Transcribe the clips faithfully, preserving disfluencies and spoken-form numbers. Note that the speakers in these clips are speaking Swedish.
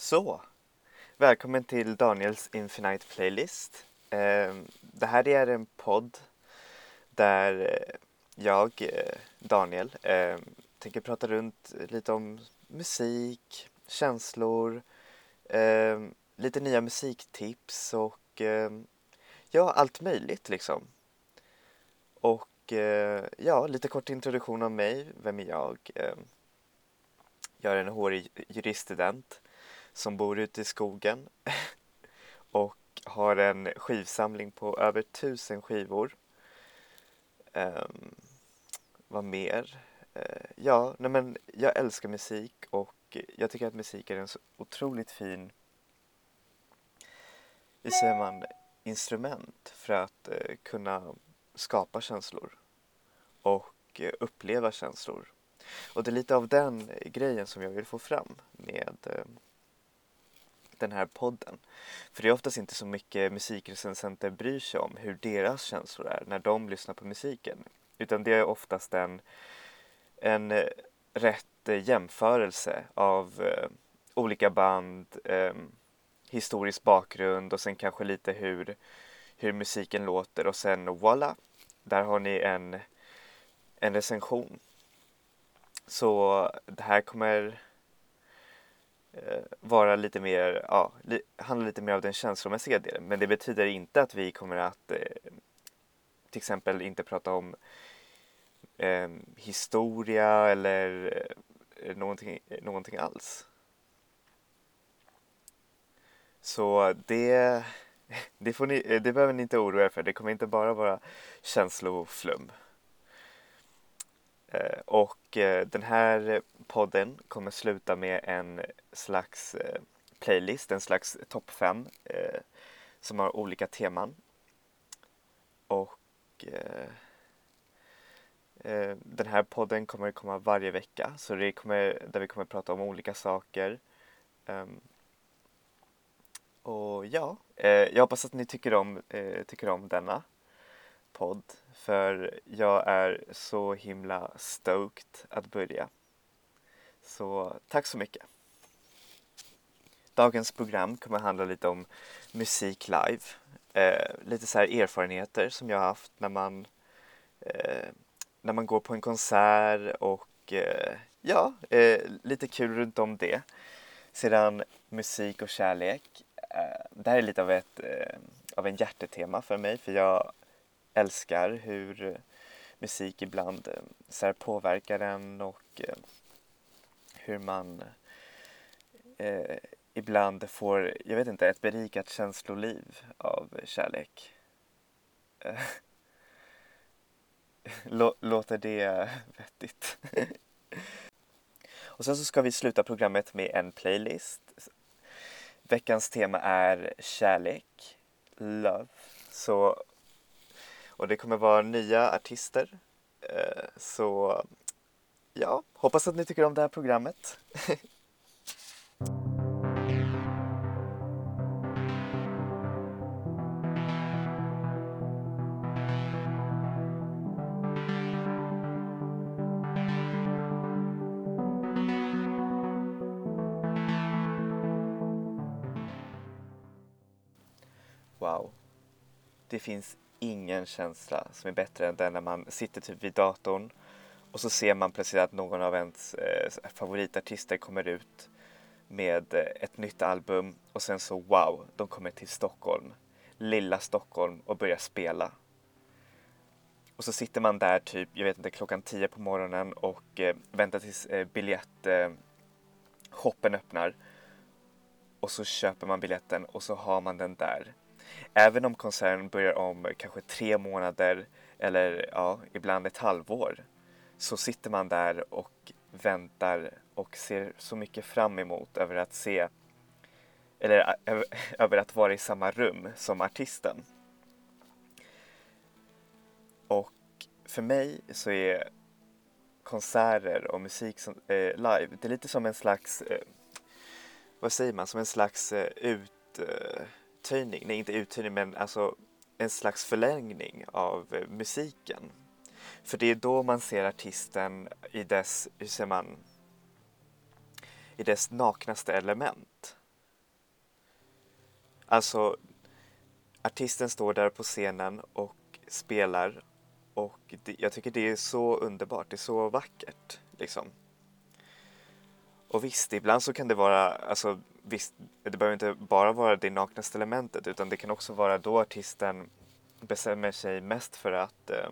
Så, välkommen till Daniels Infinite Playlist. Eh, Det här är en podd där eh, jag, eh, Daniel, eh, tänker prata runt lite om musik, känslor, eh, lite nya musiktips och eh, ja, allt möjligt liksom. Och eh, ja, lite kort introduktion av mig. Vem är jag? Eh, Jag är en hårig juriststudent som bor ute i skogen och har en skivsamling på över tusen skivor. Um, vad mer? Uh, ja, nej men jag älskar musik och jag tycker att musik är en så otroligt fin, hur säger man, instrument för att uh, kunna skapa känslor och uh, uppleva känslor. Och det är lite av den grejen som jag vill få fram med uh, den här podden. För det är oftast inte så mycket musikrecensenter bryr sig om hur deras känslor är när de lyssnar på musiken. Utan det är oftast en, en eh, rätt eh, jämförelse av eh, olika band, eh, historisk bakgrund och sen kanske lite hur, hur musiken låter. Och sen voilà, där har ni en, en recension. Så det här kommer eh, vara lite mer, ja, li, handla lite mer av den känslomässiga delen. Men det betyder inte att vi kommer att eh, till exempel inte prata om eh, historia eller eh, någonting, någonting alls. Så det, det, får ni, det behöver ni inte oroa er för. Det kommer inte bara vara känsloflum. Eh, och eh, den här podden kommer sluta med en slags eh, playlist, en slags topp fem eh, som har olika teman. Och eh, eh, den här podden kommer komma varje vecka, så det kommer, där vi kommer prata om olika saker. Um, och ja, eh, jag hoppas att ni tycker om, eh, tycker om denna podd, för jag är så himla stoked att börja. Så tack så mycket. Dagens program kommer handla lite om musik live. Eh, lite så här erfarenheter som jag har haft när man, eh, när man går på en konsert och eh, ja, eh, lite kul runt om det. Sedan musik och kärlek. Eh, det här är lite av, ett, eh, av en hjärtetema för mig, för jag älskar hur musik ibland eh, så här påverkar en och eh, hur man eh, ibland får, jag vet inte, ett berikat känsloliv av kärlek. Eh, lå- låter det vettigt? Och sen så ska vi sluta programmet med en playlist. Veckans tema är kärlek, love. Så, och det kommer vara nya artister. Eh, så ja, hoppas att ni tycker om det här programmet. Wow. Det finns ingen känsla som är bättre än den när man sitter typ vid datorn och så ser man plötsligt att någon av ens eh, favoritartister kommer ut med eh, ett nytt album och sen så wow, de kommer till Stockholm, lilla Stockholm, och börjar spela. Och så sitter man där typ, jag vet inte, klockan tio på morgonen och eh, väntar tills eh, biljettshoppen eh, öppnar. Och så köper man biljetten och så har man den där. Även om konserten börjar om kanske tre månader eller ja, ibland ett halvår, så sitter man där och väntar och ser så mycket fram emot över att se, eller över, över att vara i samma rum som artisten. Och för mig så är konserter och musik som, eh, live, det är lite som en slags, eh, vad säger man, som en slags eh, uttöjning, nej inte uttöjning men alltså en slags förlängning av eh, musiken. För det är då man ser artisten i dess, hur säger man, i dess naknaste element. Alltså, artisten står där på scenen och spelar och det, jag tycker det är så underbart, det är så vackert liksom. Och visst, ibland så kan det vara, alltså visst, det behöver inte bara vara det naknaste elementet utan det kan också vara då artisten bestämmer sig mest för att eh,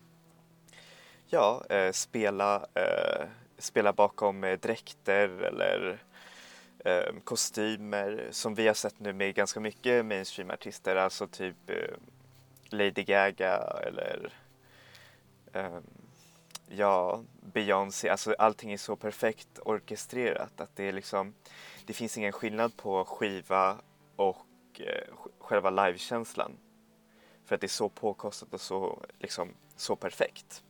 ja, eh, spela, eh, spela bakom eh, dräkter eller eh, kostymer som vi har sett nu med ganska mycket mainstream-artister, alltså typ eh, Lady Gaga eller eh, ja, Beyoncé, alltså allting är så perfekt orkestrerat att det är liksom, det finns ingen skillnad på skiva och eh, själva livekänslan för att det är så påkostat och så liksom så perfekt.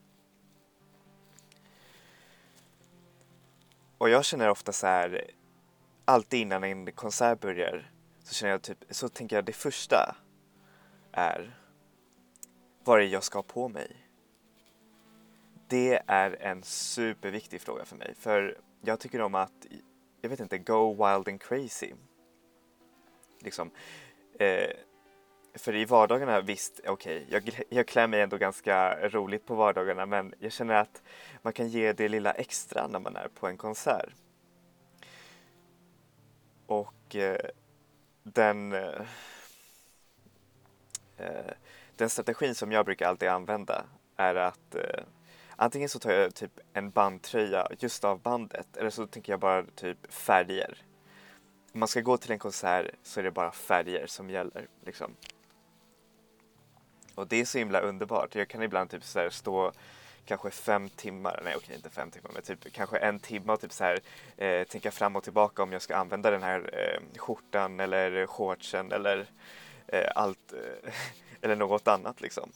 Och jag känner ofta så här, alltid innan en konsert börjar så känner jag typ, så tänker jag det första är vad är det jag ska ha på mig? Det är en superviktig fråga för mig. För jag tycker om att, jag vet inte, go wild and crazy. Liksom. Eh, för i vardagarna, visst, okej, okay, jag, jag klär mig ändå ganska roligt på vardagarna. Men jag känner att man kan ge det lilla extra när man är på en konsert. Och eh, den... Eh, eh, den strategin som jag brukar alltid använda är att eh, antingen så tar jag typ en bandtröja just av bandet eller så tänker jag bara typ färger. Om man ska gå till en konsert så är det bara färger som gäller liksom. Och det är så himla underbart. Jag kan ibland typ så här stå kanske fem timmar, nej okej inte fem timmar men typ kanske en timme och typ så här eh, tänka fram och tillbaka om jag ska använda den här eh, skjortan eller shortsen eller eh, allt eh, eller något annat liksom.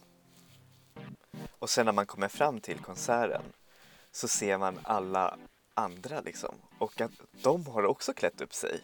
Och sen när man kommer fram till konserten så ser man alla andra liksom. Och att de har också klätt upp sig.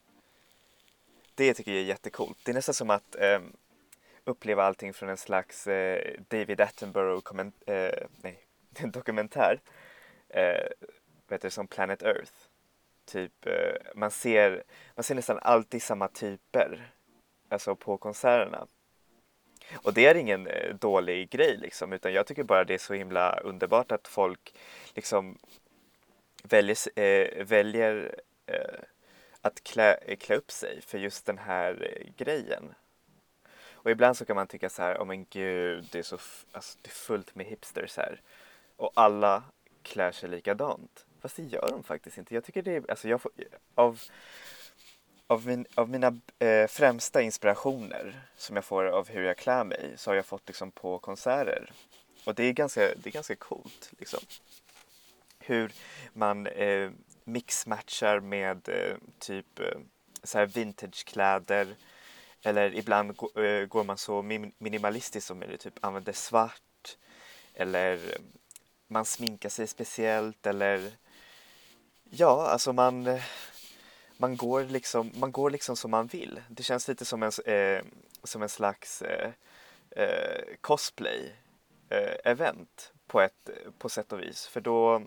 Det tycker jag är jättekult. Det är nästan som att eh, uppleva allting från en slags eh, David Attenborough komment- eh, nej, en dokumentär. Eh, vet du, som Planet Earth. Typ, eh, man, ser, man ser nästan alltid samma typer. Alltså på konserterna. Och det är ingen eh, dålig grej liksom, utan jag tycker bara det är så himla underbart att folk liksom väljer, eh, väljer eh, att klä, klä upp sig för just den här eh, grejen. Och ibland så kan man tycka så här, åh oh, men gud, det är så f- alltså, det är fullt med hipsters här. Och alla klär sig likadant. Fast det gör de faktiskt inte. Jag tycker det är, alltså jag får, av Av, min, av mina eh, främsta inspirationer som jag får av hur jag klär mig så har jag fått liksom på konserter. Och det är ganska, det är ganska coolt liksom. Hur man eh, mixmatchar med eh, typ eh, så här vintagekläder. Eller ibland gå, eh, går man så min, minimalistiskt som möjligt, typ använder svart. Eller eh, man sminkar sig speciellt eller ja, alltså man... Eh, man går liksom, man går liksom som man vill. Det känns lite som en, eh, som en slags eh, eh, cosplay eh, event på ett på sätt och vis. För då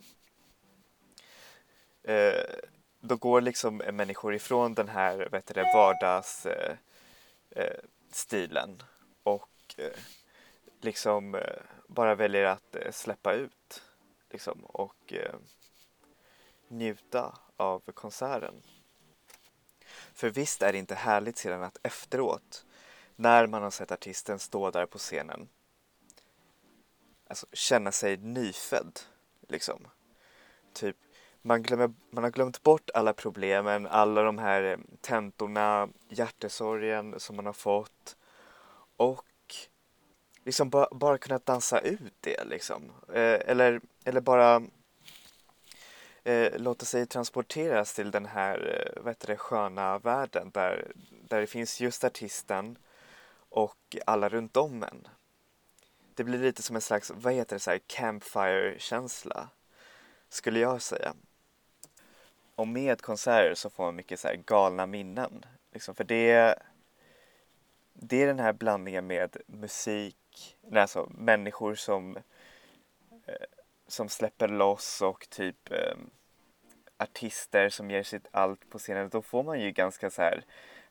eh, då går liksom människor ifrån den här vet du, vardags eh, eh, stilen och eh, liksom eh, bara väljer att eh, släppa ut liksom och eh, njuta av konserten. För visst är det inte härligt sedan att efteråt, när man har sett artisten stå där på scenen, alltså känna sig nyfödd, liksom. Typ, man, glömmer, man har glömt bort alla problemen, alla de här tentorna, hjärtesorgen som man har fått och liksom bara, bara kunnat dansa ut det, liksom. Eh, eller, eller bara eh, låta sig transporteras till den här eh, vad heter det, sköna världen där, där det finns just artisten och alla runt om en. Det blir lite som en slags, vad heter det, så här campfire-känsla skulle jag säga. Och med konserter så får man mycket så här galna minnen. Liksom, för det, det är den här blandningen med musik, alltså människor som, eh, som släpper loss och typ eh, artister som ger sitt allt på scenen. Då får man ju ganska så här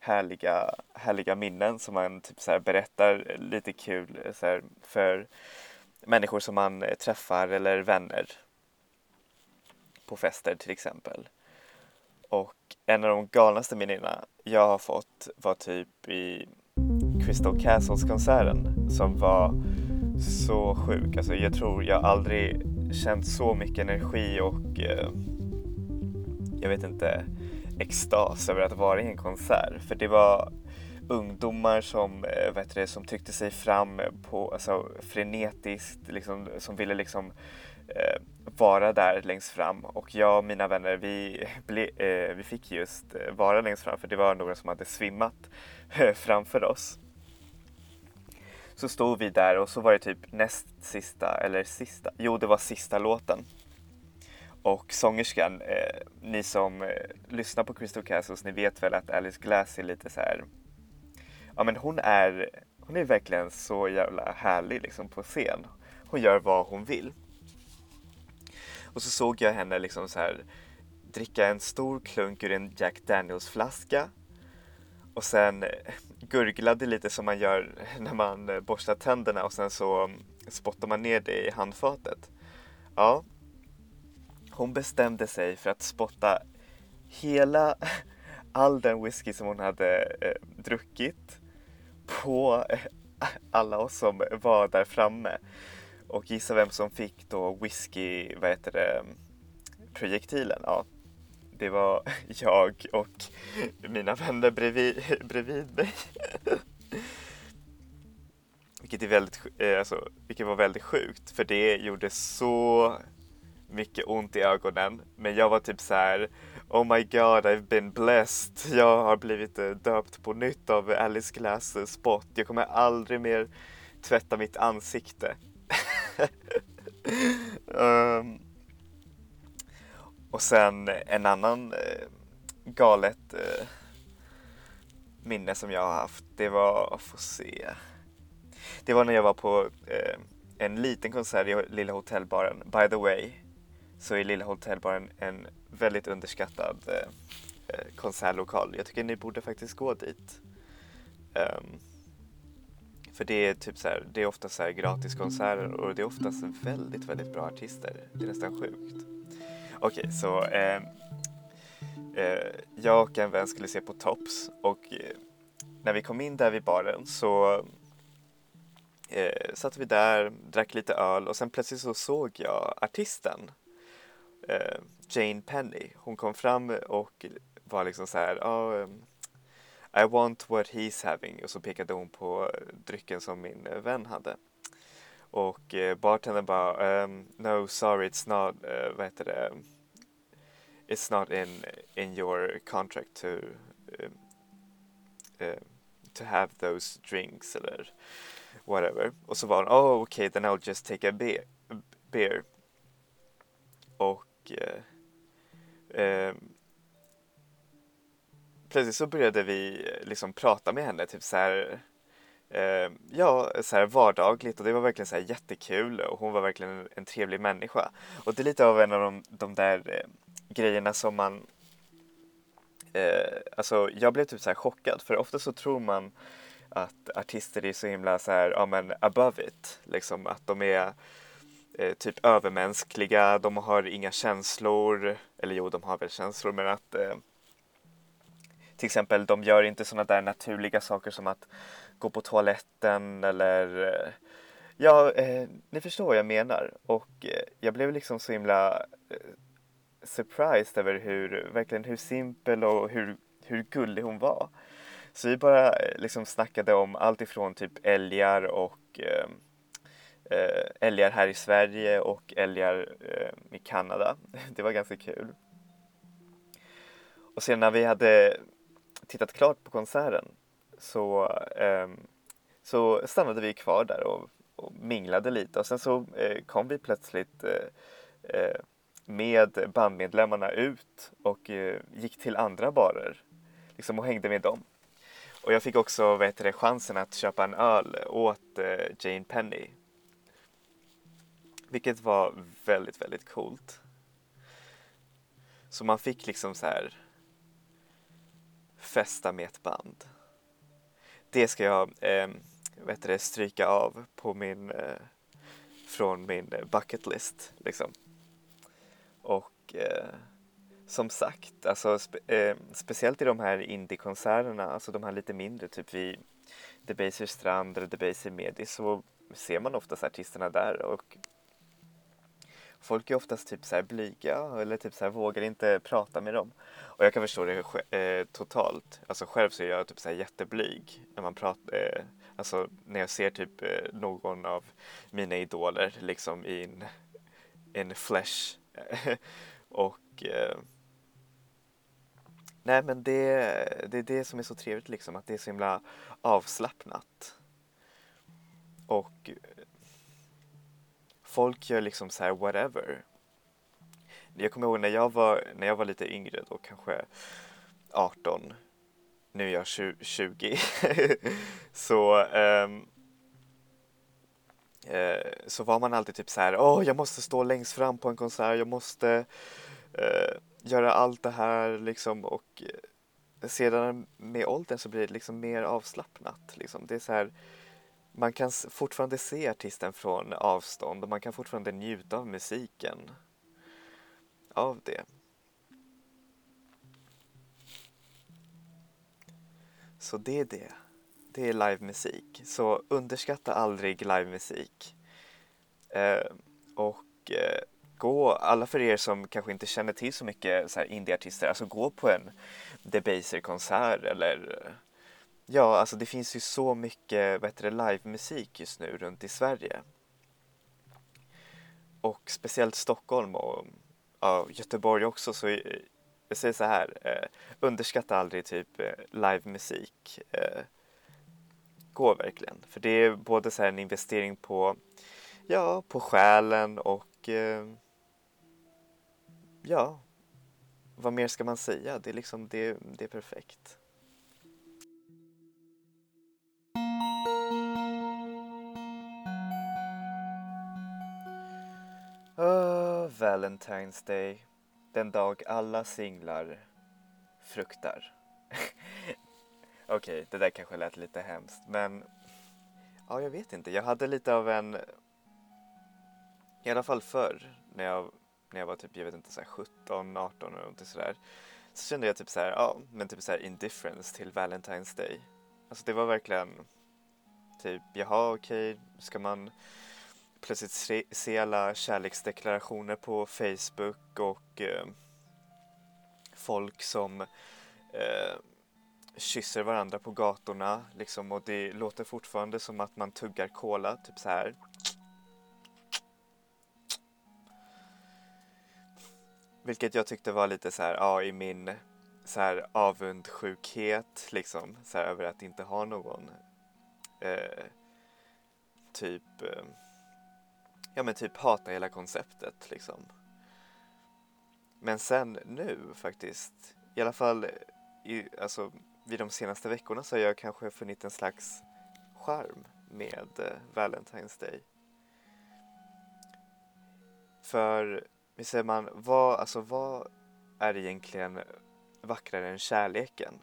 härliga, härliga minnen som man typ så här berättar lite kul så här, för människor som man träffar eller vänner på fester till exempel. Och en av de galnaste minnena jag har fått var typ i Crystal Castles-konserten som var så sjuk. Alltså jag tror jag aldrig känt så mycket energi och eh, jag vet inte, extas över att vara i en konsert. För det var ungdomar som, eh, vet du, som tyckte sig fram på, alltså, frenetiskt, liksom, som ville liksom eh, vara där längst fram. Och jag och mina vänner, vi, ble, eh, vi fick just eh, vara längst fram för det var några som hade svimmat eh, framför oss. Så stod vi där och så var det typ näst sista, eller sista, jo det var sista låten. Och sångerskan, eh, ni som eh, lyssnar på Crystal Castles, ni vet väl att Alice Glass är lite så här. Ja men hon är, hon är verkligen så jävla härlig liksom på scen. Hon gör vad hon vill. Och så såg jag henne liksom så här dricka en stor klunk ur en Jack Daniels flaska. Och sen gurglade lite som man gör när man borstar tänderna och sen så spottar man ner det i handfatet. Ja, hon bestämde sig för att spotta hela, all den whisky som hon hade eh, druckit på eh, alla oss som var där framme. Och gissa vem som fick då whisky, vad heter det, projektilen? Ja, det var jag och mina vänner bredvid, bredvid mig. Vilket, är väldigt, eh, alltså, vilket var väldigt sjukt, för det gjorde så mycket ont i ögonen. Men jag var typ så här: oh my god, I've been blessed. Jag har blivit eh, döpt på nytt av Alice Glass eh, spot. Jag kommer aldrig mer tvätta mitt ansikte. um, och sen en annan eh, galet eh, minne som jag har haft, det var, får se, det var när jag var på eh, en liten konsert i Lilla Hotellbaren. By the way, så är Lilla Hotellbaren en väldigt underskattad eh, konsertlokal. Jag tycker ni borde faktiskt gå dit. Um, för det är typ så här, det är ofta så här gratis konserter och det är oftast väldigt, väldigt bra artister. Det är nästan sjukt. Okej, okay, så eh, eh, jag och en vän skulle se på Tops och eh, när vi kom in där vid baren så eh, satt vi där, drack lite öl och sen plötsligt så såg jag artisten. Uh, Jane Penny. Hon kom fram och var liksom så här: oh, um, I want what he's having. Och så pekade hon på drycken som min vän hade. Och uh, bartendern bara um, no sorry, it's not uh, vad heter det, it's not in in your contract to uh, uh, to have those drinks eller whatever. Och så var hon: oh okay, then I'll just take a beer, beer. Och eh, eh, plötsligt så började vi liksom prata med henne typ så här, eh, ja, så här vardagligt, och det var verkligen så här jättekul och hon var verkligen en, en trevlig människa. Och det är lite av en av de, de där eh, grejerna som man eh, alltså jag blev typ så här chockad, för ofta så tror man att artister är så himla så här, ja men above it, liksom att de är Eh, typ övermänskliga, de har inga känslor, eller jo, de har väl känslor, men att eh, till exempel de gör inte sådana där naturliga saker som att gå på toaletten eller eh, ja, eh, ni förstår vad jag menar. Och eh, jag blev liksom så himla eh, surprised över hur, verkligen hur simpel och hur, hur gullig hon var. Så vi bara eh, liksom snackade om allt ifrån typ älgar och eh, Äh, älgar här i Sverige och älgar äh, i Kanada. Det var ganska kul. Och sen när vi hade tittat klart på konserten så, äh, så stannade vi kvar där och, och minglade lite. Och sen så äh, kom vi plötsligt äh, med bandmedlemmarna ut och äh, gick till andra barer liksom, och hängde med dem. Och jag fick också, vad heter det, chansen att köpa en öl åt äh, Jane Penny. Vilket var väldigt, väldigt coolt. Så man fick liksom så här festa med ett band. Det ska jag eh, vet du, stryka av på min, eh, från min bucket list liksom. Och eh, som sagt, alltså spe, eh, speciellt i de här indie-konserterna, alltså de här lite mindre, typ vid Debaser Strand eller Debaser Medi, så ser man oftast artisterna där och folk är oftast typ så här blyga eller typ så här vågar inte prata med dem. Och jag kan förstå det eh, totalt. Alltså själv så är jag typ så här jätteblyg när man pratar, eh, alltså när jag ser typ eh, någon av mina idoler liksom i en, en flash. och eh, nej men det, det är det som är så trevligt liksom, att det är så himla avslappnat. Och folk gör liksom så här whatever. Jag kommer ihåg när jag var, när jag var lite yngre då, kanske arton, nu är jag tjugo, så um, uh, så var man alltid typ så här: åh, jag måste stå längst fram på en konsert, jag måste uh, göra allt det här liksom. Och uh, sedan med åldern så blir det liksom mer avslappnat liksom. Det är så här, man kan fortfarande se artisten från avstånd och man kan fortfarande njuta av musiken av det. Så det är det. Det är livemusik. Så underskatta aldrig livemusik. Eh, och eh, gå, alla för er som kanske inte känner till så mycket så här indieartister, alltså gå på en Debaser-konsert eller ja, alltså det finns ju så mycket bättre livemusik just nu runt i Sverige. Och speciellt Stockholm och ja, Göteborg också, så jag säger så här, eh, underskatta aldrig typ eh, livemusik. Eh, gå verkligen. För det är både så här en investering på, ja, på själen och eh, ja, vad mer ska man säga? Det är liksom, det, det är perfekt. Oh, Valentine's Day. Den dag alla singlar fruktar. Okej, okay, det där kanske lät lite hemskt, men ja, jag vet inte. Jag hade lite av en, i alla fall förr, när jag, när jag var typ, jag vet inte, så här sjutton, arton och någonting sådär, så kände jag typ så här, ja, men typ så här indifference till Valentine's Day. Alltså det var verkligen typ, jaha, okej, okay, ska man plötsligt se, se alla kärleksdeklarationer på Facebook och eh, folk som eh, kysser varandra på gatorna liksom, och det låter fortfarande som att man tuggar cola, typ så här. Vilket jag tyckte var lite så här, ja, i min så här avundsjukhet liksom, så här, över att inte ha någon eh, typ eh, ja men typ hata hela konceptet liksom. Men sen nu faktiskt, i alla fall i, alltså, vid de senaste veckorna, så har jag kanske funnit en slags charm med eh, Valentine's Day. För, vi säger man, vad, alltså, vad är egentligen vackrare än kärleken?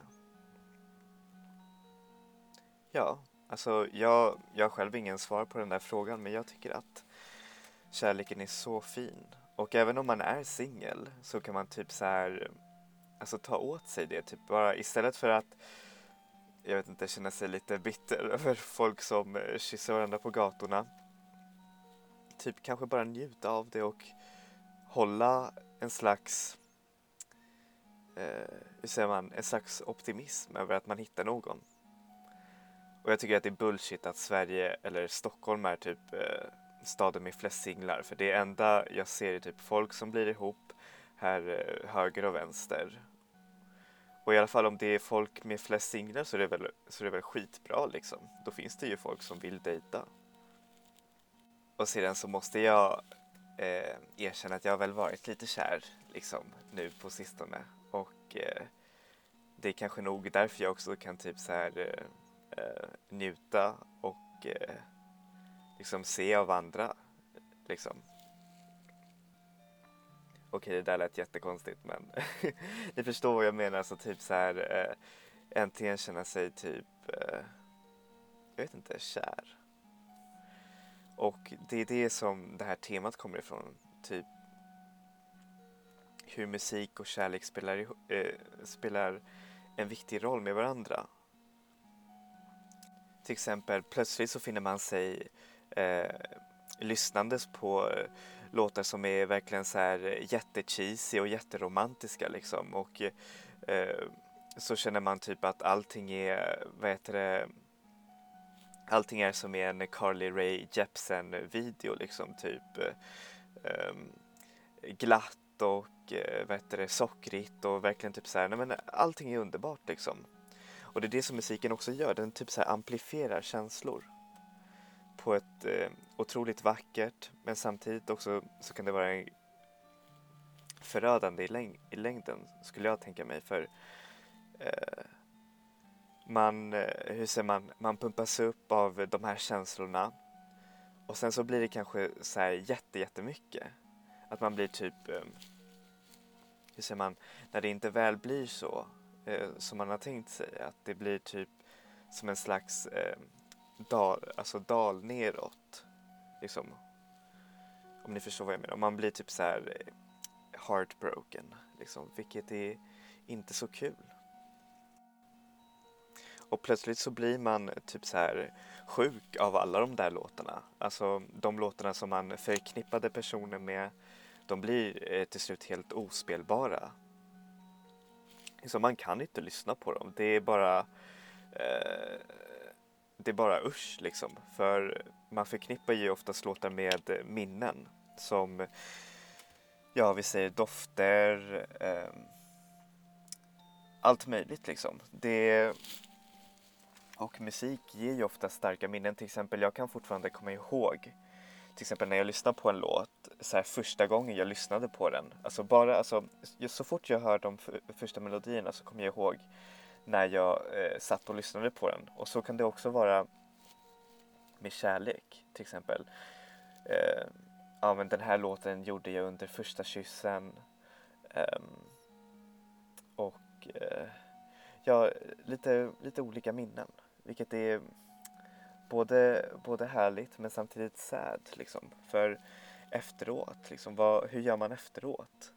Ja, alltså jag, jag har själv ingen svar på den där frågan, men jag tycker att kärleken är så fin. Och även om man är singel så kan man typ så här, alltså ta åt sig det, typ bara istället för att, jag vet inte, känna sig lite bitter över folk som kysser varandra på gatorna. Typ kanske bara njuta av det och hålla en slags eh, hur säger man, en slags optimism över att man hittar någon. Och jag tycker att det är bullshit att Sverige eller Stockholm är typ eh, staden med flest singlar. För det enda jag ser är typ folk som blir ihop här eh, höger och vänster. Och i alla fall om det är folk med flest singlar så är det väl, så är det väl skitbra liksom. Då finns det ju folk som vill dejta. Och sedan så måste jag eh, erkänna att jag har väl varit lite kär liksom nu på sistone. Och eh, det är kanske nog därför jag också kan typ så här eh, eh, njuta och eh, liksom se av andra liksom. Okej, det där lät jättekonstigt, men ni förstår vad jag menar, så typ så här eh, äntligen känna sig typ, eh, jag vet inte, kär. Och det är det som det här temat kommer ifrån. Typ hur musik och kärlek spelar, iho- eh, spelar en viktig roll med varandra. Till exempel plötsligt så finner man sig eh, lyssnandes på eh, låtar som är verkligen så här jättecheesy och jätteromantiska liksom. Och eh, så känner man typ att allting är, vad heter det, allting är som i en Carly Rae Jepsen video liksom, typ eh, glatt och eh, vad heter det, sockrigt och verkligen typ så här, nej men allting är underbart liksom. Och det är det som musiken också gör, den typ så här amplifierar känslor på ett eh, otroligt vackert, men samtidigt också så kan det vara förödande i, läng- i längden, skulle jag tänka mig, för eh, man, eh, hur säger man, man pumpas upp av de här känslorna och sen så blir det kanske så här jätte, jättemycket. Att man blir typ, eh, hur säger man, när det inte väl blir så eh, som man har tänkt sig, att det blir typ som en slags eh, dal, alltså dal neråt, liksom. Om ni förstår vad jag menar. Man blir typ så här eh, heartbroken, liksom, vilket är inte så kul. Och plötsligt så blir man typ så här sjuk av alla de där låtarna. Alltså de låtarna som man förknippade personer med, de blir eh, till slut helt ospelbara. Så man kan inte lyssna på dem. Det är bara eh, det är bara usch liksom. För man förknippar ju oftast låtar med minnen som, ja, vi säger dofter, eh, allt möjligt liksom. Det, och musik ger ju ofta starka minnen. Till exempel, jag kan fortfarande komma ihåg, till exempel när jag lyssnar på en låt, så här första gången jag lyssnade på den. Alltså bara, alltså, just så fort jag hör de f- första melodierna så kommer jag ihåg när jag eh, satt och lyssnade på den. Och så kan det också vara med kärlek, till exempel. Eh, ja, men den här låten gjorde jag under första kyssen. Ehm, och eh, ja, lite, lite olika minnen. Vilket är både, både härligt men samtidigt sad liksom. För efteråt, liksom, vad, hur gör man efteråt?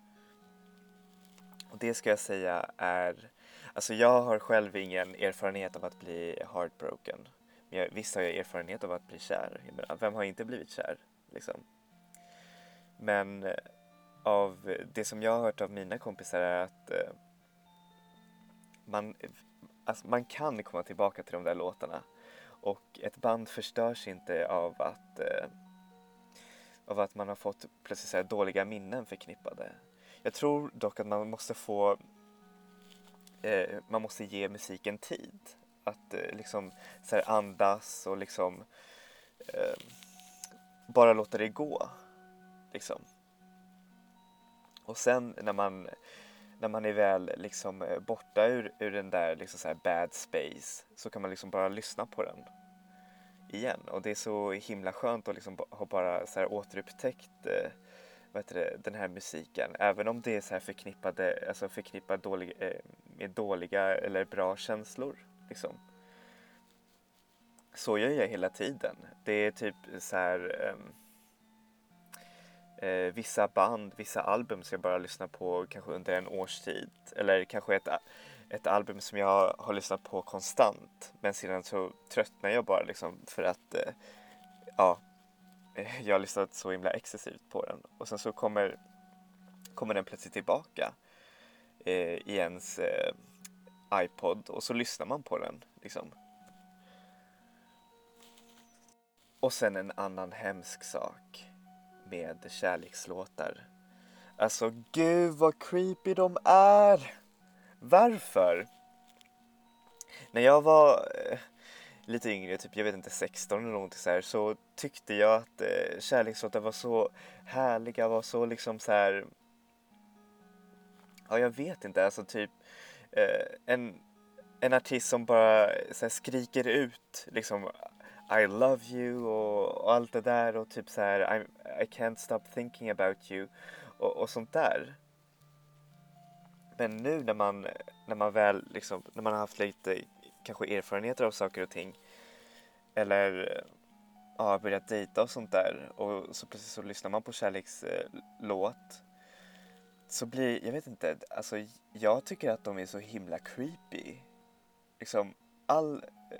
Och det ska jag säga är, alltså jag har själv ingen erfarenhet av att bli heartbroken. Men jag, visst har jag erfarenhet av att bli kär. Jag menar, vem har inte blivit kär? Liksom. Men eh, av det som jag har hört av mina kompisar är att eh, man, alltså man kan komma tillbaka till de där låtarna. Och ett band förstörs inte av att, eh, av att man har fått plötsligt så här dåliga minnen förknippade. Jag tror dock att man måste få eh, man måste ge musiken tid att eh, liksom så här andas och liksom eh, bara låta det gå liksom. Och sen när man när man är väl liksom eh, borta ur, ur den där liksom så här bad space, så kan man liksom bara lyssna på den igen. Och det är så himla skönt att liksom ba- ha bara så här återupptäckt eh, vad heter det, den här musiken. Även om det är så här förknippade, alltså förknippat dålig, eh, med dåliga eller bra känslor. Liksom. Så gör jag hela tiden. Det är typ så här ehm, eh, vissa band, vissa album som jag bara lyssnar på kanske under en års tid. Eller kanske ett, ett album som jag har lyssnat på konstant. Men sedan så tröttnar jag bara liksom för att eh, ja, jag har lyssnat så himla excessivt på den. Och sen så kommer, kommer den plötsligt tillbaka eh, i ens eh, iPod och så lyssnar man på den liksom. Och sen en annan hemsk sak med kärlekslåtar. Alltså gud vad creepy de är! Varför? När jag var eh, lite yngre, typ jag vet inte sexton eller någonting så här, så tyckte jag att eh, kärlekslåtar var så härliga, var så liksom så här. Ja, jag vet inte, alltså typ eh, en, en artist som bara så här, skriker ut liksom I love you och, och allt det där och typ så här I, I can't stop thinking about you och, och sånt där. Men nu när man, när man väl liksom, när man har haft lite kanske erfarenheter av saker och ting, eller ja, börjat dejta och sånt där, och så plötsligt så lyssnar man på kärlekslåt, så blir, jag vet inte, alltså jag tycker att de är så himla creepy. Liksom all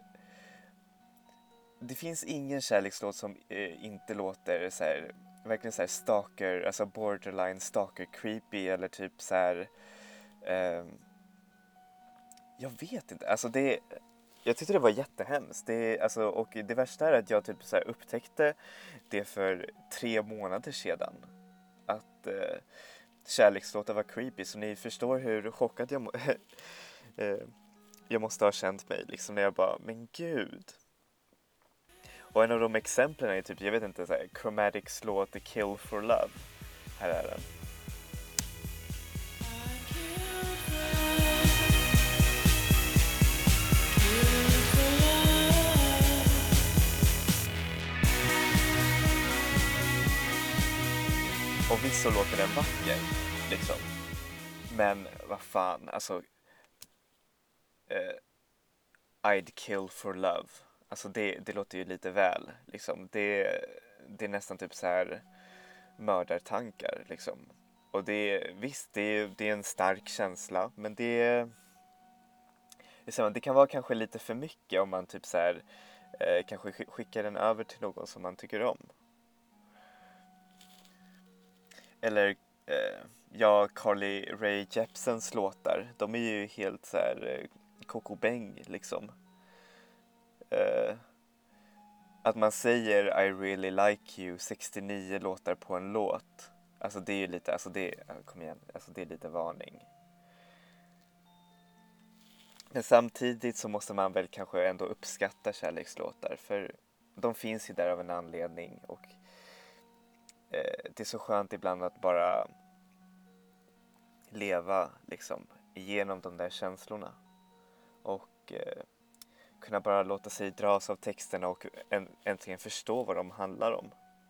det finns ingen kärlekslåt som eh, inte låter så här, verkligen så här stalker, alltså borderline stalker creepy, eller typ så här eh, jag vet inte, alltså det, jag tyckte det var jättehemskt. Det, alltså, och det värsta är att jag typ så här upptäckte det för tre månader sedan, att eh, kärlekslåtar var creepy, så ni förstår hur chockad jag, må eh, jag måste ha känt mig liksom, när jag bara, men gud. Och en av de exemplen är typ, jag vet inte, så här, Chromatics låt The Kill for Love. Här är den. Och visst så låter den vacker, liksom. Men vad fan, alltså eh, I'd kill for love. Alltså det, det låter ju lite väl, liksom. Det, det är nästan typ så här mördartankar, liksom. Och det, visst, det är, det är en stark känsla, men det, det kan vara kanske lite för mycket om man typ så här eh, kanske skickar den över till någon som man tycker om. Eller eh, ja, Carly Rae Jepsens låtar, de är ju helt så här eh, kokobäng, liksom. Eh, att man säger I really like you sextionio låtar på en låt, alltså det är ju lite, alltså det, kom igen, alltså det är lite varning. Men samtidigt så måste man väl kanske ändå uppskatta kärlekslåtar, för de finns ju där av en anledning, och eh, det är så skönt ibland att bara leva liksom igenom de där känslorna, och eh, kunna bara låta sig dras av texterna och äntligen förstå vad de handlar om.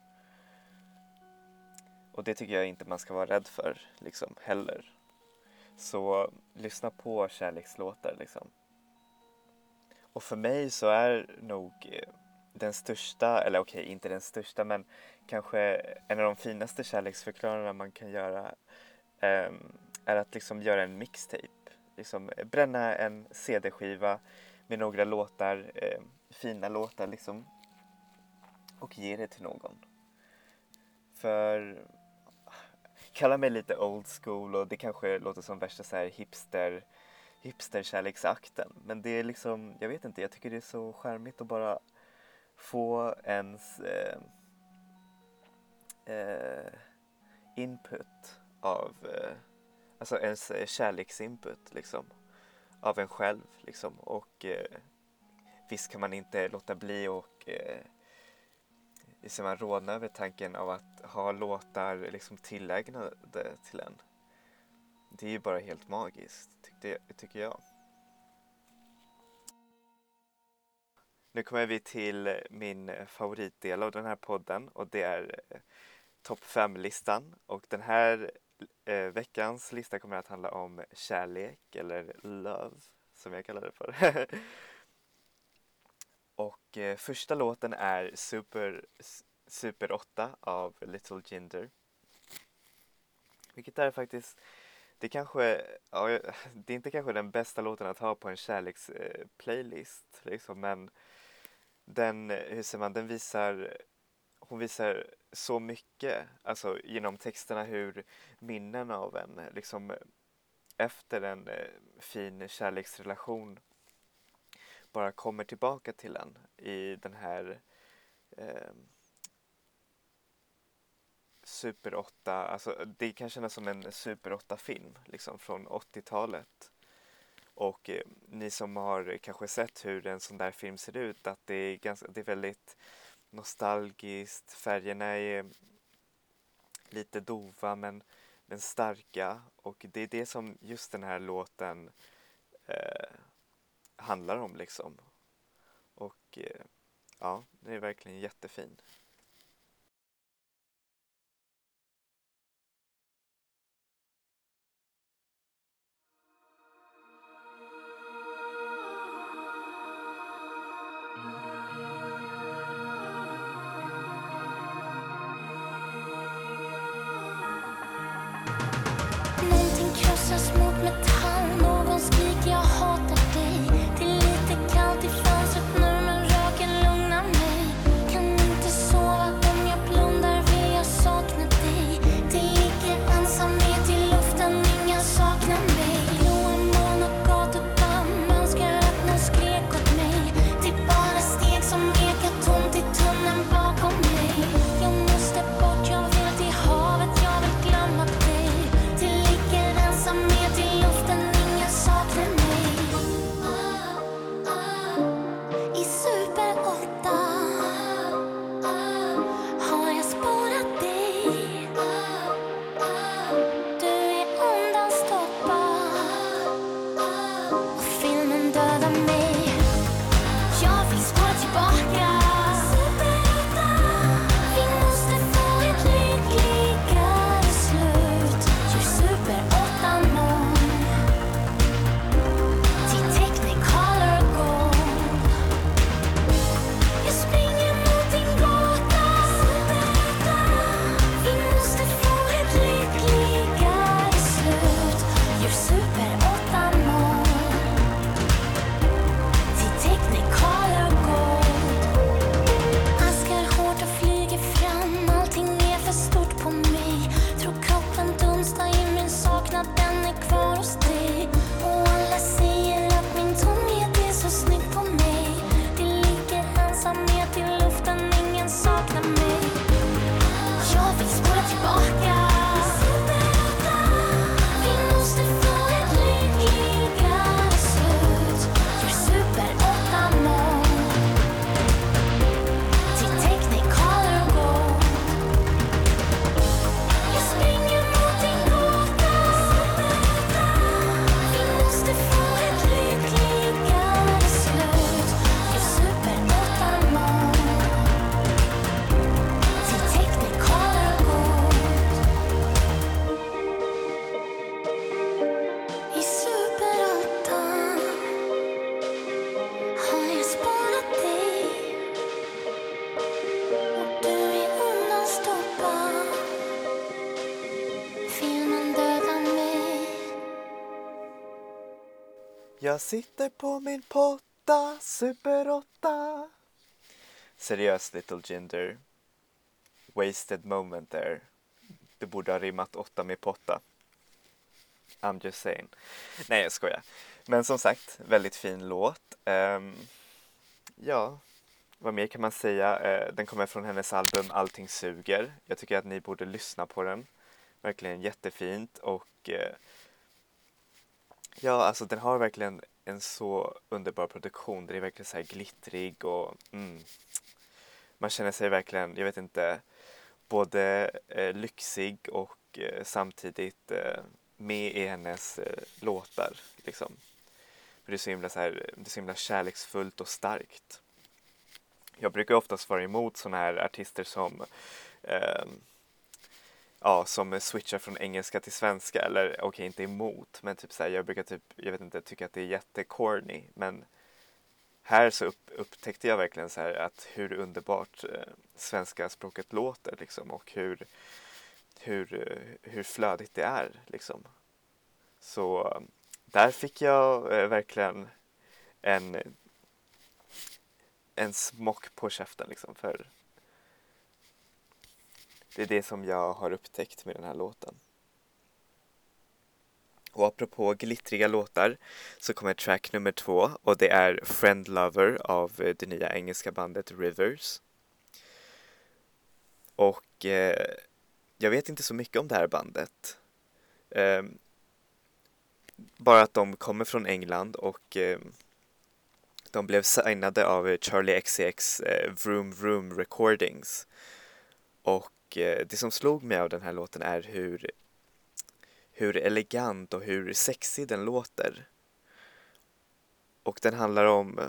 Och det tycker jag inte man ska vara rädd för, liksom, heller. Så lyssna på kärlekslåtar, liksom. Och för mig så är nog eh, den största, eller okej, okay, inte den största, men kanske en av de finaste kärleksförklaringarna man kan göra eh, är att liksom göra en mixtape. Liksom bränna en C D-skiva med några låtar, eh, fina låtar liksom, och ge det till någon. För kalla mig lite old school, och det kanske låter som värsta så här hipster hipsterkärleksakten, men det är liksom, jag vet inte, jag tycker det är så charmigt att bara få ens eh, eh, input av eh, alltså ens kärleksinput, liksom, av en själv, liksom. Och eh, visst kan man inte låta bli, och eh, så man rådna över tanken av att ha låtar liksom tillägnade till en. Det är ju bara helt magiskt, tyckte, tycker jag. Nu kommer vi till min favoritdel av den här podden, och det är eh, topp fem-listan. Och den här eh, veckans lista kommer att handla om kärlek, eller love, som jag kallar det för. Och eh, första låten är Super, Super åtta av Little Jinder. Vilket är faktiskt, det kanske, ja, det är inte kanske den bästa låten att ha på en kärleksplaylist, eh, liksom, men den, hur säger man, den visar, hon visar så mycket, alltså genom texterna, hur minnen av en, liksom, efter en eh, fin kärleksrelation bara kommer tillbaka till en i den här eh, Super åtta, alltså det kan kännas som en Super åtta-film, liksom, från åttiotalet. Och eh, ni som har kanske sett hur en sån där film ser ut, att det är, ganska, det är väldigt nostalgiskt, färgerna är lite dova, men, men starka, och det är det som just den här låten eh, handlar om, liksom. Och eh, ja, det är verkligen jättefin. Jag sitter på min potta, super åtta. Seriöst, Little Jinder. Wasted moment there. Det borde ha rimmat åtta med potta. I'm just saying. Nej, jag skojar. Men som sagt, väldigt fin låt. Um, ja, vad mer kan man säga? Uh, den kommer från hennes album Allting suger. Jag tycker att ni borde lyssna på den. Verkligen jättefint. Och uh, ja, alltså den har verkligen en så underbar produktion. Det är verkligen så här glittrig och mm, man känner sig verkligen, jag vet inte, både uh, lyxig och uh, samtidigt uh, med i hennes uh, låtar liksom. För det är så himla så här, det är så himla kärleksfullt och starkt. Jag brukar oftast vara emot såna här artister som uh, ja, som switchar från engelska till svenska, eller okej, okay, inte emot, men typ så här, jag brukar typ, jag vet inte, tycka att det är jättecorny, men här så upp, upptäckte jag verkligen så här att hur underbart uh, svenska språket låter liksom, och hur hur, uh, hur flödigt det är liksom. Så uh, där fick jag uh, verkligen en en smock på käften liksom, för det är det som jag har upptäckt med den här låten. Och apropå glittriga låtar så kommer track nummer två, och det är Friend Lover av det nya engelska bandet Rivers. Och eh, jag vet inte så mycket om det här bandet. Eh, bara att de kommer från England och eh, de blev signade av Charlie X C X eh, Vroom Vroom Recordings. Och det som slog mig av den här låten är hur, hur elegant och hur sexig den låter. Och den handlar om,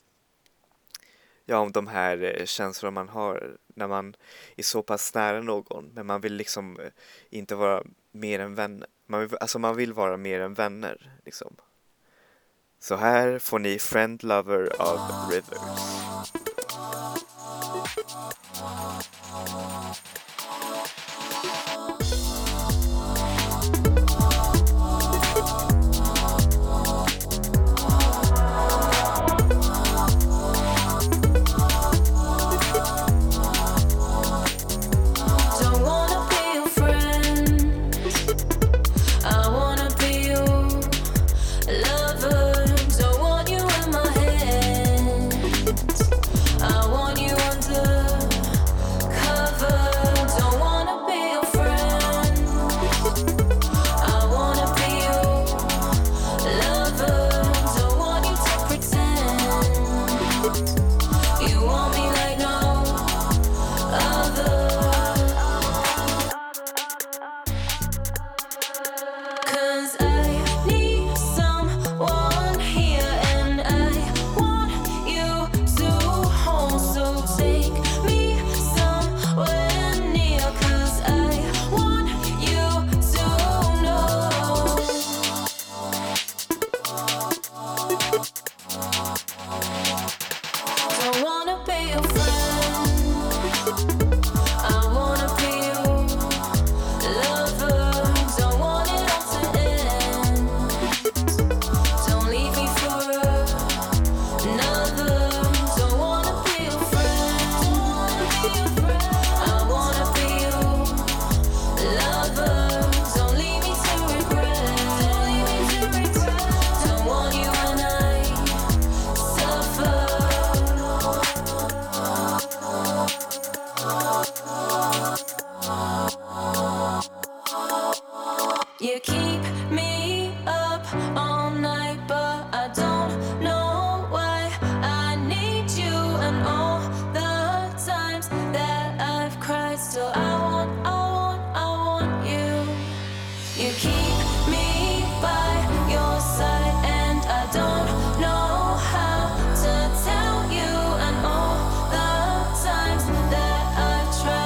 ja, om de här känslor man har när man är så pass nära någon, men man vill liksom inte vara mer än vänner. Man vill, alltså man vill vara mer än vänner liksom. Så här får ni Friend Lover av Rivers.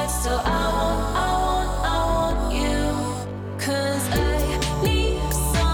So I want, I want you, 'cause I need some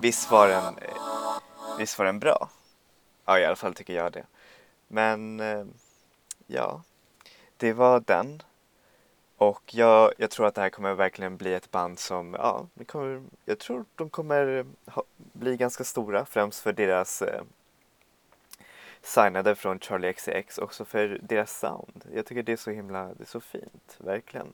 visst var den, eh, visst var den bra. Ja, i alla fall tycker jag det. Men eh, ja, det var den. Och jag, jag tror att det här kommer verkligen bli ett band som, ja, det kommer, jag tror de kommer ha, bli ganska stora, främst för deras eh, signade från Charlie X C X, också för deras sound. Jag tycker det är så himla, det är så fint, verkligen.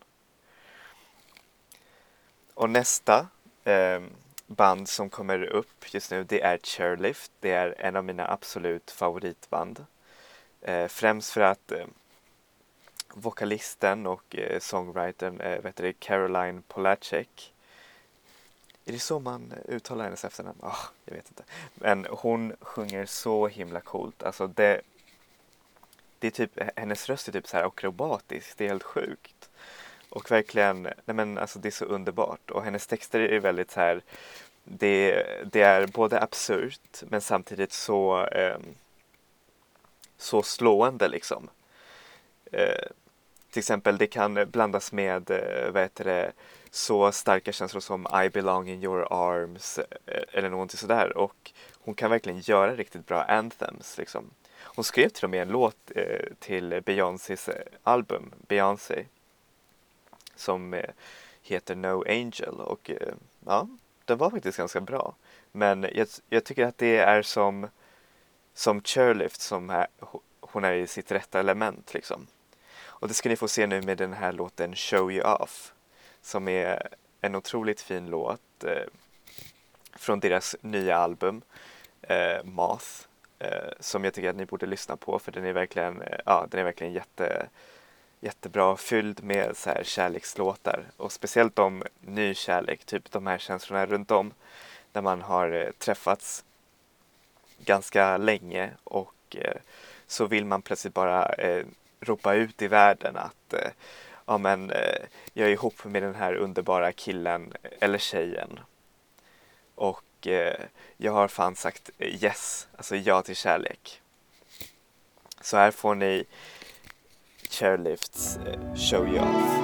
Och nästa eh, band som kommer upp just nu, det är Chairlift. Det är en av mina absolut favoritband. Eh, främst för att eh, vokalisten och eh, songwritern eh, vet du, Caroline Polachek. Är det så man uttalar hennes efternamn? Oh, jag vet inte. Men hon sjunger så himla coolt. Alltså det, det är typ, hennes röst är typ så här akrobatisk. Det är helt sjukt. Och verkligen, nej men alltså det är så underbart. Och hennes texter är väldigt så här, det, det är både absurt men samtidigt så, eh, så slående liksom. Eh, till exempel det kan blandas med, eh, vad heter det, så starka känslor som I belong in your arms eh, eller någonting sådär. Och hon kan verkligen göra riktigt bra anthems liksom. Hon skrev till och med en låt eh, till Beyoncés eh, album, Beyoncé, som eh, heter No Angel. Och eh, ja, den var faktiskt ganska bra. Men jag, jag tycker att det är som, som Chairlift, som är, hon är i sitt rätta element liksom. Och det ska ni få se nu med den här låten Show You Off, som är en otroligt fin låt eh, från deras nya album eh, Moth, eh, som jag tycker att ni borde lyssna på, för den är verkligen, eh, ja, den är verkligen jätte, jättebra, fylld med så här kärlekslåtar, och speciellt om ny kärlek, typ de här känslorna runt om när man har eh, träffats ganska länge och eh, så vill man plötsligt bara eh, ropa ut i världen att eh, ja, men, eh, jag är ihop med den här underbara killen eller tjejen. Och eh, jag har fan sagt yes, alltså ja till kärlek. Så här får ni Chairlifts eh, Show You Off.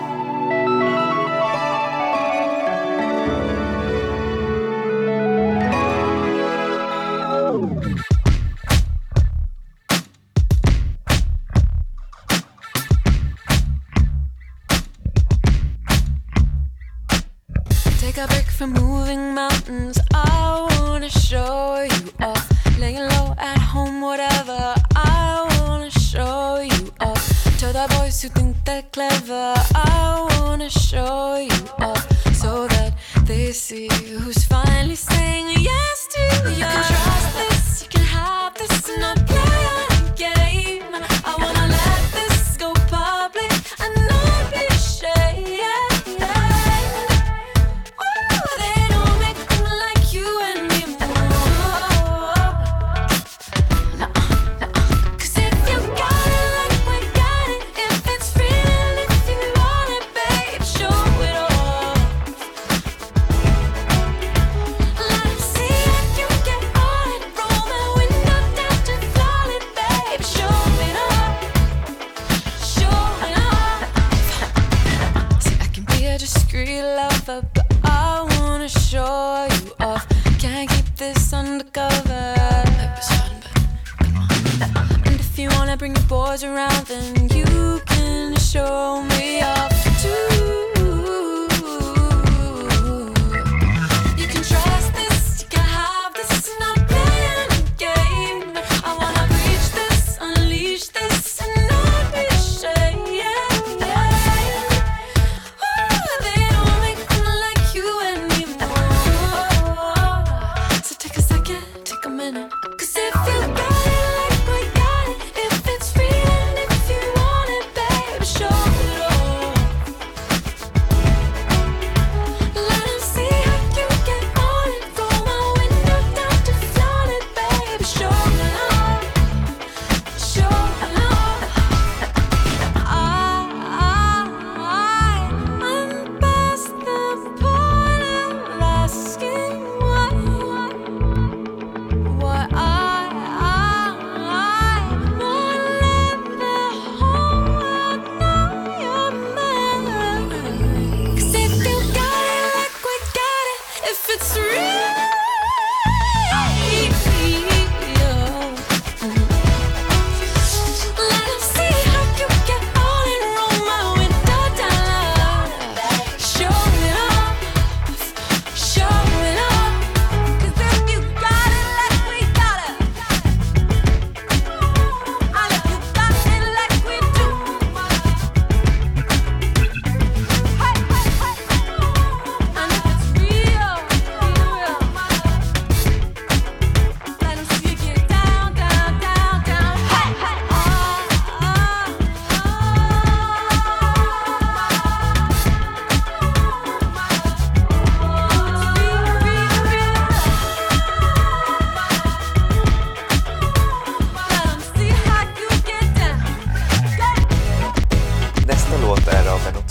Take a break from moving mountains, I wanna show you off. Laying low at home, whatever, I wanna show you off. To the boys who think they're clever, I wanna show you off. So that they see who's finally saying yes to you. You can trust this, you can have this, and not play a game. I wanna let this go public and not be ashamed. But I wanna show you off. Can't keep this undercover. And if you wanna bring your boys around, then you can show me off too. You can trust this, you can have this, and I'm playing a game. I wanna reach this, unleash this, and not be ashamed. Show it all.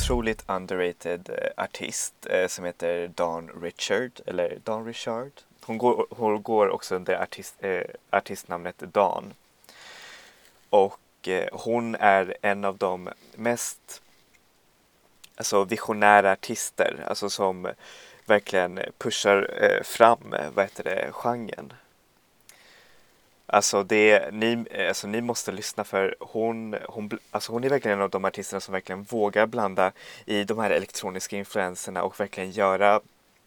otroligt underrated eh, artist eh, som heter Dawn Richard, eller Dawn Richard. Hon går, hon går också under artist, eh, artistnamnet Dawn. Och eh, hon är en av de mest alltså, visionära artister, alltså som verkligen pushar eh, fram, vad heter det, genren. Alltså, det, ni, alltså ni måste lyssna, för hon, hon, alltså hon är verkligen en av de artisterna som verkligen vågar blanda i de här elektroniska influenserna och verkligen göra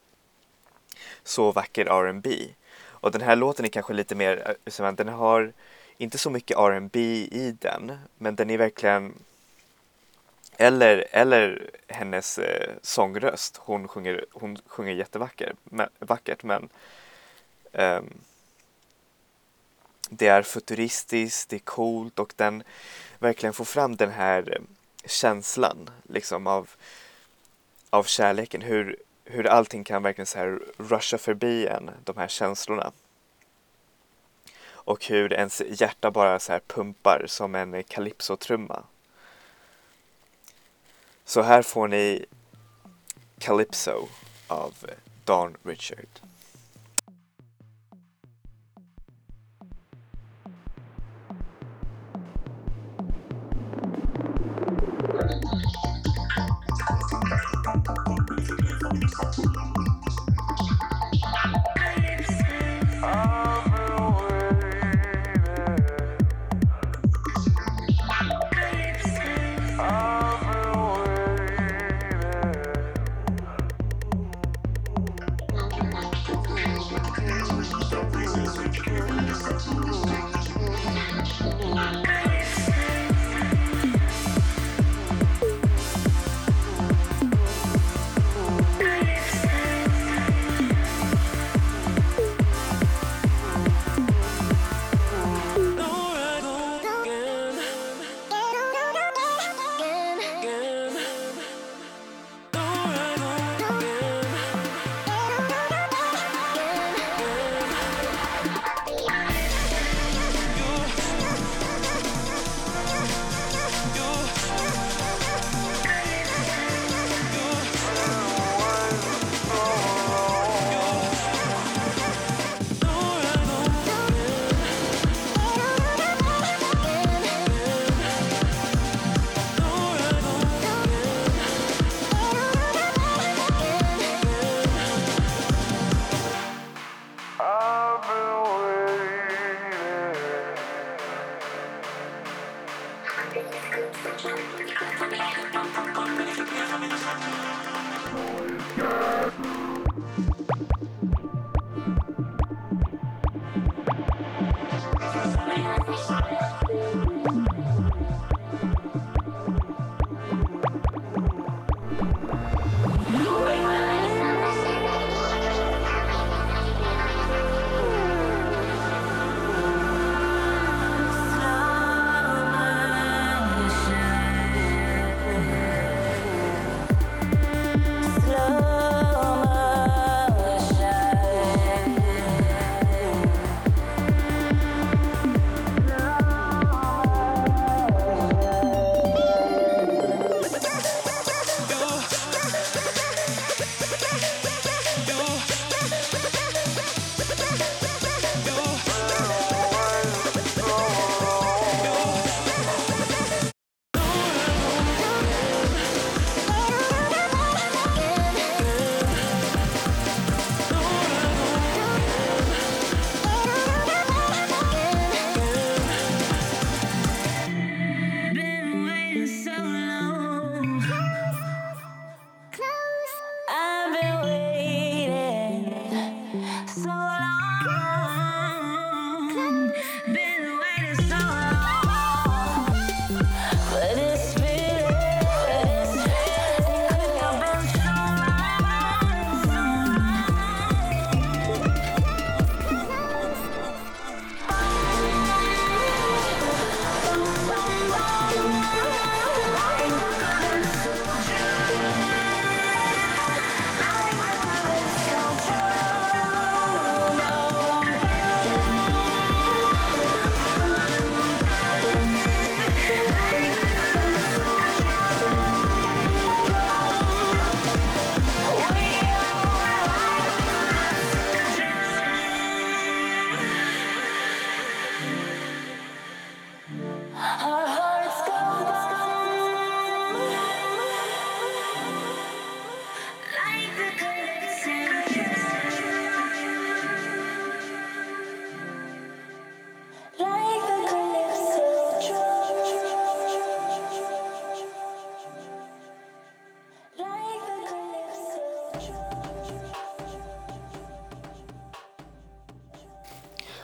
så vacker R and B. Och den här låten är kanske lite mer, den har inte så mycket R and B i den, men den är verkligen, eller, eller hennes eh, sångröst, hon sjunger, hon sjunger jättevackert, men, vackert, men um, det är futuristiskt, det är coolt och den verkligen får fram den här känslan liksom av, av kärleken, hur, hur allting kan verkligen så här rusha förbi en, de här känslorna. Och hur ens hjärta bara så här pumpar som en calypso-trumma. Så här får ni Calypso av Dawn Richard.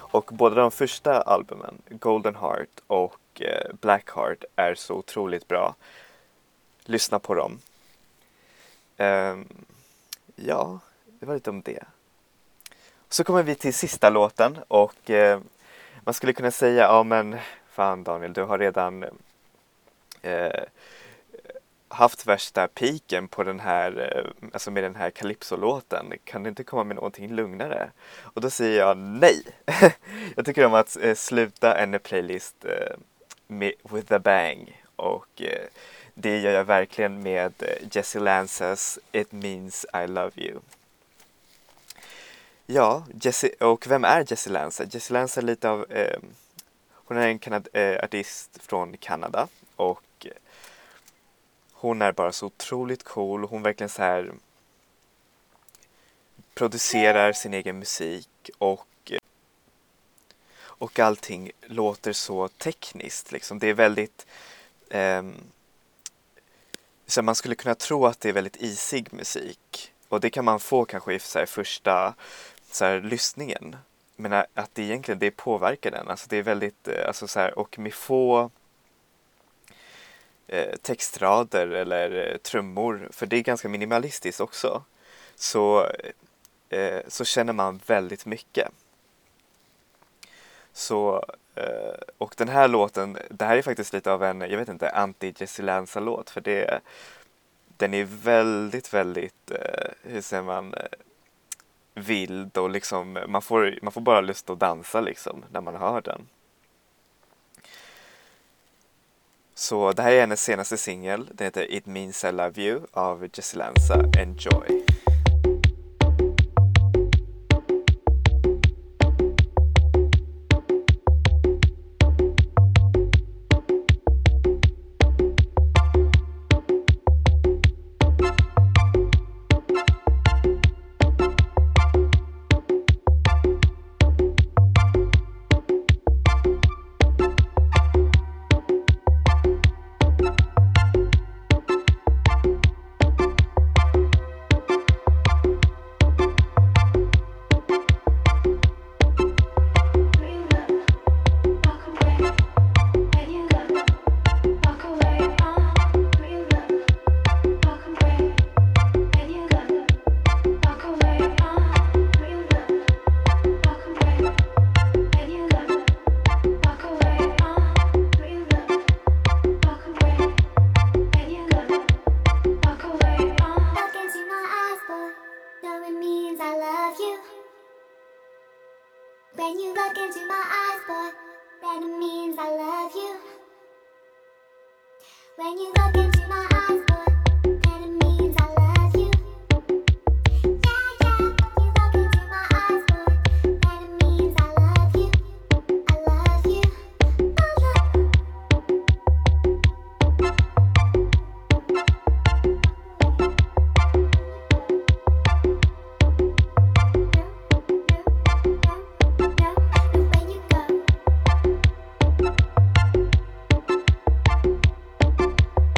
Och båda de första albumen, Golden Heart och eh, Black Heart, är så otroligt bra. Lyssna på dem. Um, ja, det var lite om det. Så kommer vi till sista låten och eh, man skulle kunna säga, ja men fan Daniel, du har redan eh, haft värsta piken på den här, eh, alltså med den här Calypso-låten. Kan du inte komma med någonting lugnare? Och då säger jag nej. Jag tycker om att eh, sluta en playlist eh, med, with a bang. Och eh, det gör jag verkligen med eh, Jessie Lanzas It Means I Love You. Ja, Jessie, och vem är Jessie Lanza? Jessie Lanza är lite av, eh, hon är en kanad, eh, artist från Kanada och eh, hon är bara så otroligt cool. Hon verkligen så här producerar sin egen musik och eh, och allting låter så tekniskt liksom. Det är väldigt eh, så man skulle kunna tro att det är väldigt isig musik och det kan man få kanske i så här första så här lyssningen, men att det egentligen det påverkar den, alltså det är väldigt alltså så här, och med få eh, textrader eller eh, trummor, för det är ganska minimalistiskt också, så eh, så känner man väldigt mycket. Så eh, och den här låten, det här är faktiskt lite av en, jag vet inte, anti-Jessie Lanza-låt, för det den är väldigt väldigt eh, hur säger man, vild och liksom man får man får bara lust att dansa liksom när man hör den. Så det här är hennes senaste singel. Den heter It Means I Love You av Jessie Lanza. Enjoy. When you look into my eyes, boy, then it means I love you. When you look into my eyes, boy, then it means I love you. Yeah, yeah, when you look into my eyes, boy, then it means I love you. I love you. I love you. When you go.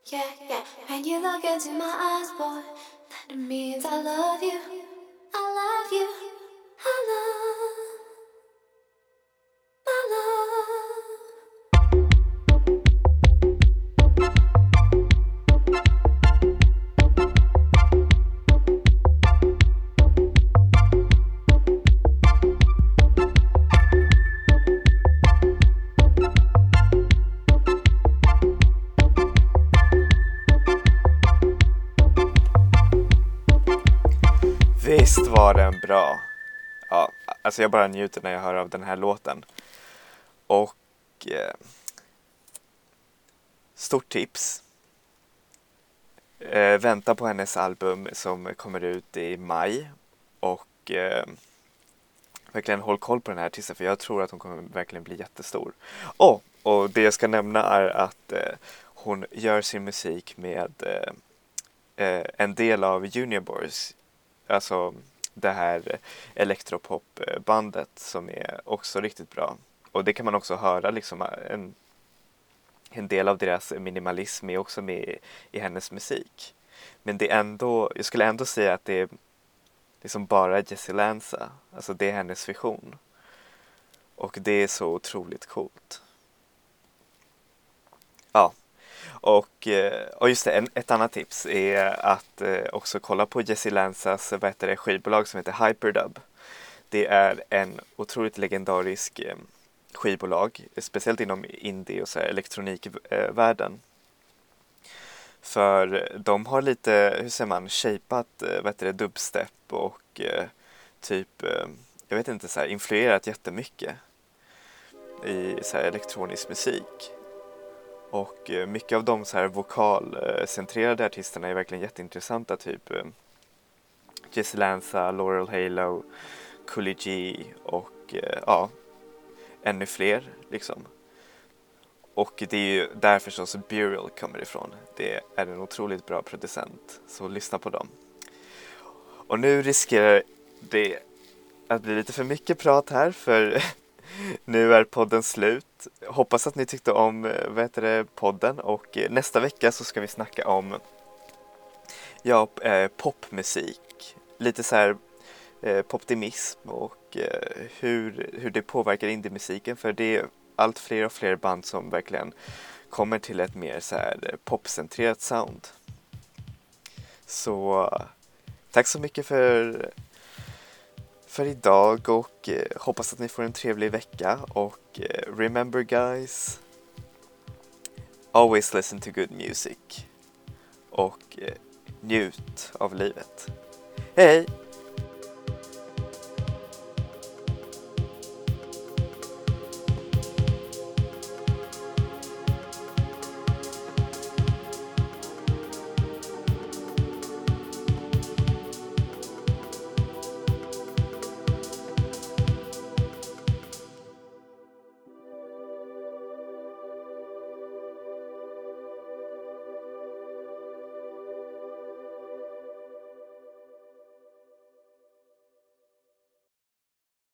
Yeah, yeah. When you look into my eyes, boy, that means I love you. I love you. I love. I love. Visst var den bra. Ja, alltså jag bara njuter när jag hör av den här låten. Och eh, stort tips. Eh, vänta på hennes album som kommer ut i maj. Och eh, verkligen håll koll på den här artisten, för jag tror att hon kommer verkligen bli jättestor. Oh, och det jag ska nämna är att eh, hon gör sin musik med eh, eh, en del av Junior Boys. Alltså det här elektropopbandet som är också riktigt bra. Och det kan man också höra liksom en, en del av deras minimalism är också med i, i hennes musik. Men det är ändå, jag skulle ändå säga att det är liksom bara Jessie Lanza. Alltså det är hennes vision. Och det är så otroligt coolt. Ja. Och, och just det, en, ett annat tips är att eh, också kolla på Jessie Lanzas vad heter det, skivbolag som heter Hyperdub. Det är en otroligt legendarisk eh, skivbolag, speciellt inom indie och så här, elektronikvärlden. Eh, För de har lite, hur säger man, shapat eh, vad heter det, dubstep och eh, typ, eh, jag vet inte, så här, influerat jättemycket i så här, elektronisk musik. Och mycket av de så här vokalcentrerade artisterna är verkligen jätteintressanta. Typ Jessie Lanza, Laurel Halo, Coolie G och ja, ännu fler liksom. Och det är ju där förstås Burial kommer ifrån. Det är en otroligt bra producent, så lyssna på dem. Och nu riskerar det att bli lite för mycket prat här, för nu är podden slut. Hoppas att ni tyckte om vad heter det, podden, och nästa vecka så ska vi snacka om ja, eh, popmusik. Lite så här eh, poptimism och eh, hur, hur det påverkar indie-musiken, för det är allt fler och fler band som verkligen kommer till ett mer så här popcentrerat sound. Så tack så mycket för för idag, och eh, hoppas att ni får en trevlig vecka, och eh, remember guys, always listen to good music och eh, njut av livet. Hej!